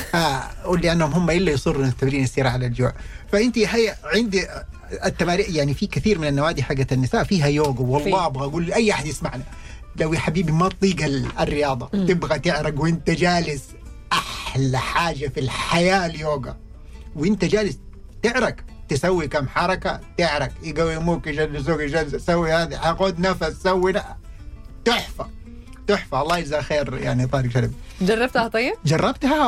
لأنهم هم إلا يصروا التمرين يصير على الجوع. فأنت هي عندي التمارين، يعني في كثير من النوادي حقت النساء فيها يوغا. والله أبغى أقول لأي أحد يسمعنا، لو يا حبيبي ما تطيق الرياضة تبغى تعرق وإنت جالس، أحلى حاجة في الحياة اليوغا. وإنت جالس تعرق تسوي كم حركة، تعرق يقوموك يجلسوك سوي هذه، خذ نفس، سوي تحفة تحفة. الله يجزاه خير يعني طارق شلبي. جربتها؟ طيب جربتها.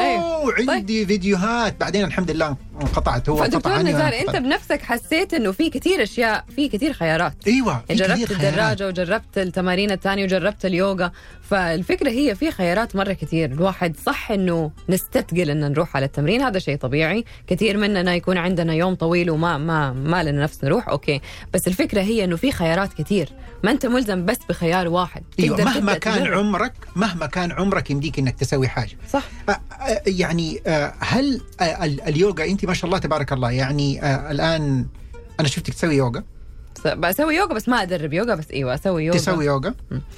عندي طيب. فيديوهات، بعدين الحمد لله انقطعت. هو دكتور نزار، انت بنفسك حسيت انه في كثير اشياء، في كثير خيارات. ايوه، جربت الدراجة وجربت التمارين الثانية وجربت اليوغا. فالفكرة هي في خيارات مرة كثير. الواحد صح انه نستثقل ان نروح على التمرين، هذا شيء طبيعي. كثير مننا يكون عندنا يوم طويل وما ما لنا نفس نروح، اوكي. بس الفكرة هي انه في خيارات كثير، ما انت ملزم بس بخيار واحد. ايوه، مهما كان عمرك يمديك انك تسوي حاجة. صح. يعني هل اليوغا، انت ما شاء الله تبارك الله، يعني الان انا شفتك تسوي يوغا. بسوي يوغا بس ما ادرب يوغا، بس ايوه اسوي يوغا. تسوي يوغا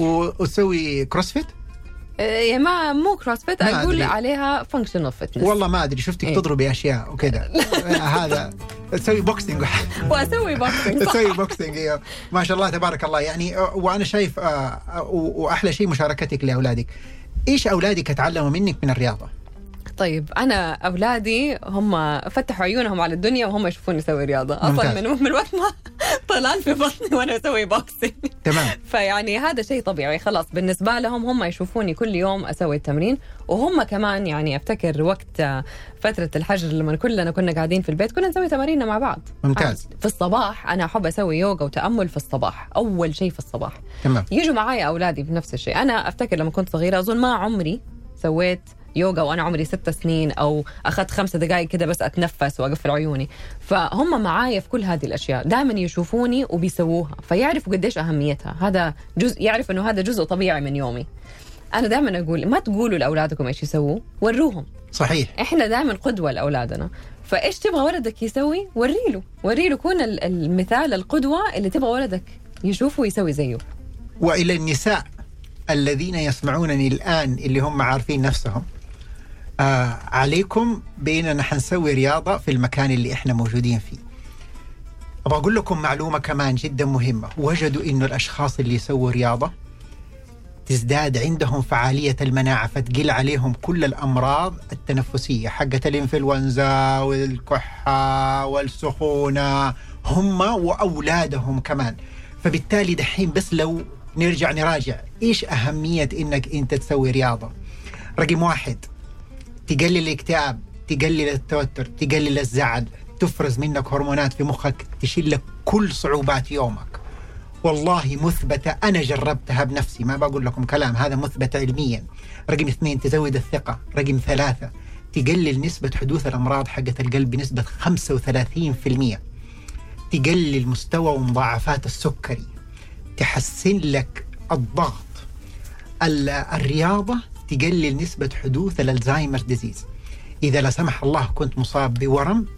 وتسوي كروسفيت؟ يعني مو كروسفيت، اقول عليها فانكشنال فتنس. والله ما ادري، شفتك تضربي اشياء وكذا. هذا تسوي بوكسينج واسوي بوكسينج. تسوي بوكسينج. ايوه ما شاء الله تبارك الله. يعني وانا شايف واحلى شيء مشاركتك لاولادك. ايش اولادك اتعلموا منك من الرياضه؟ طيب أنا أولادي هم فتحوا عيونهم على الدنيا وهم يشوفوني أسوي رياضة. أصلا من وقت ما طلعت في بطني وأنا أسوي بوكسينج. تمام. فيعني هذا شيء طبيعي خلاص بالنسبة لهم. هم يشوفوني كل يوم أسوي التمرين. وهم كمان يعني أفتكر وقت فترة الحجر لما كلنا كنا قاعدين في البيت كنا نسوي تماريننا مع بعض. ممتاز. في الصباح أنا أحب أسوي يوغا وتأمل في الصباح، أول شيء في الصباح. تمام. يجوا معايا أولادي بنفس الشيء. أنا أفتكر لما كنت صغيرة أظن ما عمري سويت يوغا وأنا عمري 6 سنين، أو أخذت 5 دقائق كده بس أتنفس وأقفل عيوني. فهم معايا في كل هذه الأشياء، دائما يشوفوني وبيسووها فيعرفوا قديش أهميتها. هذا جزء، يعرف إنه هذا جزء طبيعي من يومي. أنا دائما أقول ما تقولوا لأولادكم إيش يسووا، وروهم. صحيح. إحنا دائما قدوة لأولادنا. فإيش تبغى ولدك يسوي وريله، كون المثال، القدوة اللي تبغى ولدك يشوفه ويسوي زيه. وإلى النساء الذين يسمعونني الآن اللي هم عارفين نفسهم، عليكم بأننا حنسوي رياضة في المكان اللي إحنا موجودين فيه. أبغى أقول لكم معلومة كمان جدا مهمة. وجدوا إنه الأشخاص اللي يسووا رياضة تزداد عندهم فعالية المناعة، فتقل عليهم كل الأمراض التنفسية حقة الإنفلونزا والكحة والسخونة، هم وأولادهم كمان. فبالتالي دحين بس لو نرجع نراجع إيش أهمية إنك أنت تسوي رياضة. رقم 1، تقلل الاكتئاب، تقلل التوتر، تقلل الزعل، تفرز منك هرمونات في مخك تشيل لك كل صعوبات يومك. والله مثبتة، أنا جربتها بنفسي، ما بقول لكم كلام، هذا مثبت علميا. رقم 2، تزود الثقة. رقم 3، تقلل نسبة حدوث الأمراض حقة القلب بنسبة 35%. تقلل مستوى ومضاعفات السكري، تحسن لك الضغط. الرياضة تقلل نسبة حدوث الألزهايمر ديزيز. إذا لا سمح الله كنت مصاب بورم،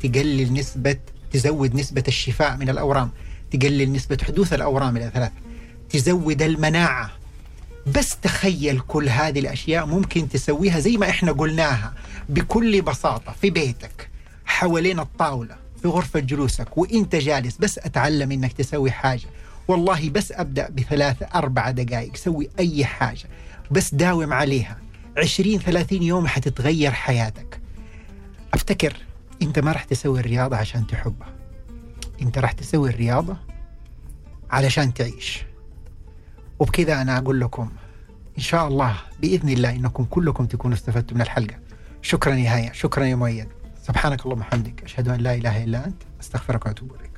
تزود نسبة الشفاء من الأورام، تقلل نسبة حدوث الأورام إلى 3، تزود المناعة. بس تخيل كل هذه الأشياء ممكن تسويها زي ما إحنا قلناها بكل بساطة في بيتك، حوالين الطاولة، في غرفة جلوسك وإنت جالس. بس أتعلم إنك تسوي حاجة. والله بس أبدأ ب3-4 دقائق، سوي أي حاجة بس داوم عليها. 20-30 يوم حتتغير حياتك. أفتكر أنت ما رح تسوي الرياضة عشان تحبها، أنت رح تسوي الرياضة علشان تعيش. وبكذا أنا أقول لكم إن شاء الله بإذن الله إنكم كلكم تكونوا استفدتوا من الحلقة. شكرا يا هيا، شكرا يا مؤيد. سبحانك اللهم وبحمدك، أشهد أن لا إله إلا أنت، أستغفرك وأتوب إليك.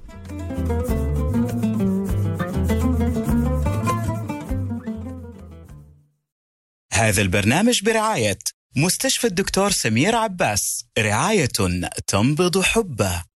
هذا البرنامج برعاية مستشفى الدكتور سمير عباس، رعاية تنبض حبه.